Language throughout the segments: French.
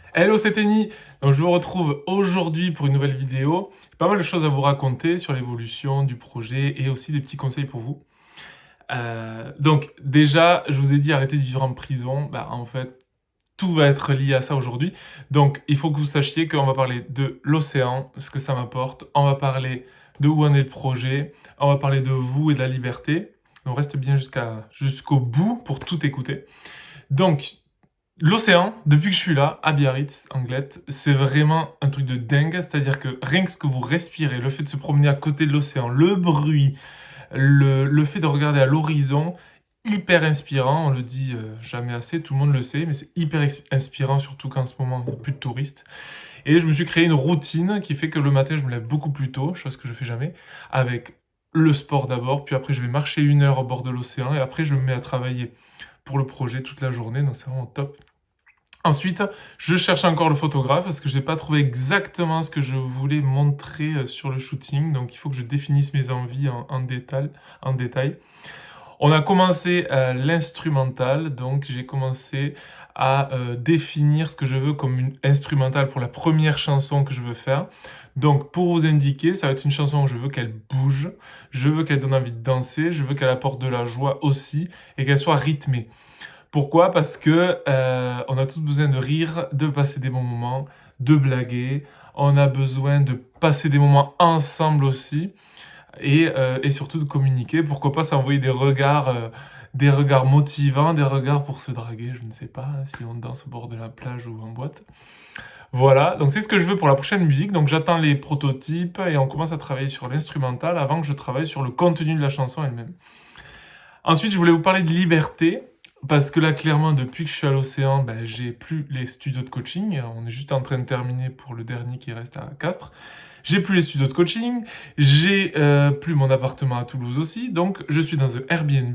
Hello, c'est Tenny. Donc, je vous retrouve aujourd'hui pour une nouvelle vidéo. Pas mal de choses à vous raconter sur l'évolution du projet et aussi des petits conseils pour vous. Donc, déjà, je vous ai dit arrêtez de vivre en prison. En fait, tout va être lié à ça aujourd'hui. Donc, il faut que vous sachiez qu'on va parler de l'océan, ce que ça m'apporte. On va parler de où en est le projet. On va parler de vous et de la liberté. Donc, reste bien jusqu'au bout pour tout écouter. Donc, l'océan, depuis que je suis là, à Biarritz, Anglette, c'est vraiment un truc de dingue. C'est-à-dire que rien que ce que vous respirez, le fait de se promener à côté de l'océan, le bruit, le fait de regarder à l'horizon, hyper inspirant. On le dit jamais assez, tout le monde le sait, mais c'est hyper inspirant, surtout qu'en ce moment, il n'y a plus de touristes. Et je me suis créé une routine qui fait que le matin, je me lève beaucoup plus tôt, chose que je fais jamais, avec le sport d'abord, puis après, je vais marcher 1 heure au bord de l'océan, et après, je me mets à travailler pour le projet toute la journée, donc c'est vraiment top. Ensuite, je cherche encore le photographe parce que je n'ai pas trouvé exactement ce que je voulais montrer sur le shooting. Donc, il faut que je définisse mes envies en détail. On a commencé l'instrumental. Donc, j'ai commencé à définir ce que je veux comme une instrumentale pour la première chanson que je veux faire. Donc, pour vous indiquer, ça va être une chanson où je veux qu'elle bouge, je veux qu'elle donne envie de danser, je veux qu'elle apporte de la joie aussi et qu'elle soit rythmée. Pourquoi? Parce que on a tous besoin de rire, de passer des bons moments, de blaguer. On a besoin de passer des moments ensemble aussi et surtout de communiquer. Pourquoi pas s'envoyer des regards motivants, des regards pour se draguer, je ne sais pas, si on danse au bord de la plage ou en boîte. Voilà, donc c'est ce que je veux pour la prochaine musique. Donc j'attends les prototypes et on commence à travailler sur l'instrumental avant que je travaille sur le contenu de la chanson elle-même. Ensuite, je voulais vous parler de liberté, parce que là, clairement, depuis que je suis à l'océan, j'ai plus les studios de coaching. On est juste en train de terminer pour le dernier qui reste à Castres. J'ai plus les studios de coaching, j'ai plus mon appartement à Toulouse aussi, donc je suis dans un Airbnb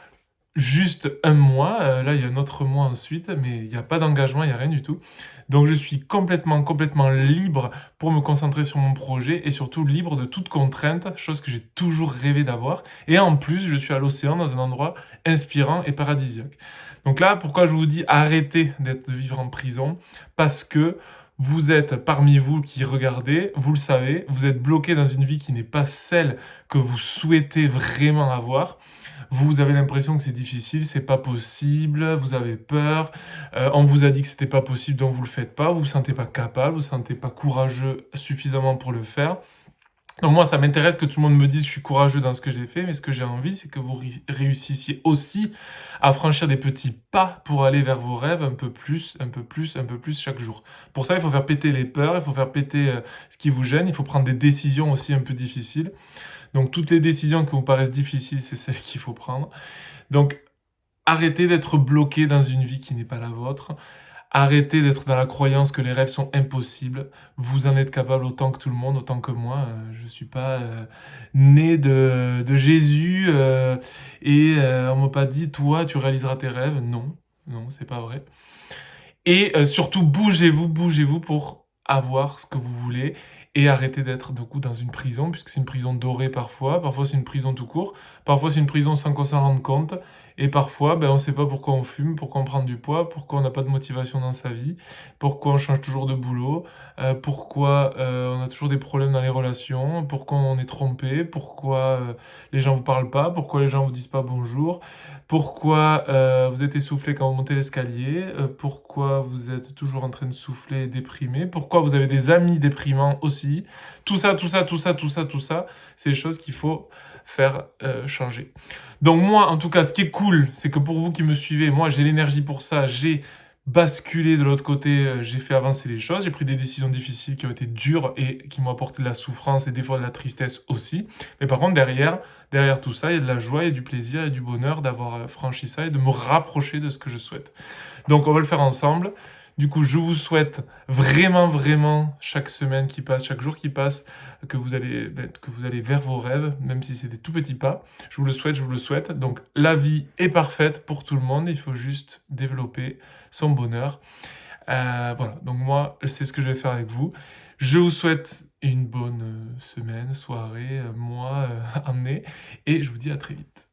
juste un mois. Là, il y a un autre mois ensuite, mais il n'y a pas d'engagement, il n'y a rien du tout. Donc, je suis complètement libre pour me concentrer sur mon projet et surtout libre de toute contrainte, chose que j'ai toujours rêvé d'avoir. Et en plus, je suis à l'océan dans un endroit inspirant et paradisiaque. Donc là, pourquoi je vous dis arrêtez de vivre en prison? Parce que vous êtes parmi vous qui regardez, vous le savez, vous êtes bloqué dans une vie qui n'est pas celle que vous souhaitez vraiment avoir. Vous avez l'impression que c'est difficile, c'est pas possible, vous avez peur, on vous a dit que c'était pas possible donc vous le faites pas, vous vous sentez pas capable, vous vous sentez pas courageux suffisamment pour le faire. Donc moi, ça m'intéresse que tout le monde me dise que je suis courageux dans ce que j'ai fait, mais ce que j'ai envie, c'est que vous réussissiez aussi à franchir des petits pas pour aller vers vos rêves un peu plus, un peu plus, un peu plus chaque jour. Pour ça, il faut faire péter les peurs, il faut faire péter ce qui vous gêne, il faut prendre des décisions aussi un peu difficiles. Donc toutes les décisions qui vous paraissent difficiles, c'est celles qu'il faut prendre. Donc arrêtez d'être bloqué dans une vie qui n'est pas la vôtre. Arrêtez d'être dans la croyance que les rêves sont impossibles. Vous en êtes capable autant que tout le monde, autant que moi. Je ne suis pas né de Jésus et on m'a pas dit, toi, tu réaliseras tes rêves. Non, non, c'est pas vrai. Et surtout, bougez-vous pour avoir ce que vous voulez et arrêtez d'être du coup dans une prison, puisque c'est une prison dorée parfois c'est une prison tout court, parfois c'est une prison sans qu'on s'en rende compte, et parfois on ne sait pas pourquoi on fume, pourquoi on prend du poids, pourquoi on n'a pas de motivation dans sa vie, pourquoi on change toujours de boulot, pourquoi on a toujours des problèmes dans les relations, pourquoi on est trompé, pourquoi les gens vous parlent pas, pourquoi les gens vous disent pas bonjour, pourquoi vous êtes essoufflé quand vous montez l'escalier, pourquoi vous êtes toujours en train de souffler et déprimé, pourquoi vous avez des amis déprimants aussi. Tout ça, c'est des choses qu'il faut faire changer. Donc moi, en tout cas, ce qui est cool, c'est que pour vous qui me suivez, moi j'ai l'énergie pour ça, j'ai basculé de l'autre côté, j'ai fait avancer les choses, j'ai pris des décisions difficiles qui ont été dures et qui m'ont apporté de la souffrance et des fois de la tristesse aussi. Mais par contre, derrière tout ça, il y a de la joie, il y a du plaisir, il y a du bonheur d'avoir franchi ça et de me rapprocher de ce que je souhaite. Donc on va le faire ensemble. Du coup, je vous souhaite vraiment, chaque semaine qui passe, chaque jour qui passe, que vous allez vers vos rêves, même si c'est des tout petits pas. Je vous le souhaite, je vous le souhaite. Donc la vie est parfaite pour tout le monde, il faut juste développer son bonheur. Voilà, donc moi, c'est ce que je vais faire avec vous. Je vous souhaite une bonne semaine, soirée, mois, année, et je vous dis à très vite.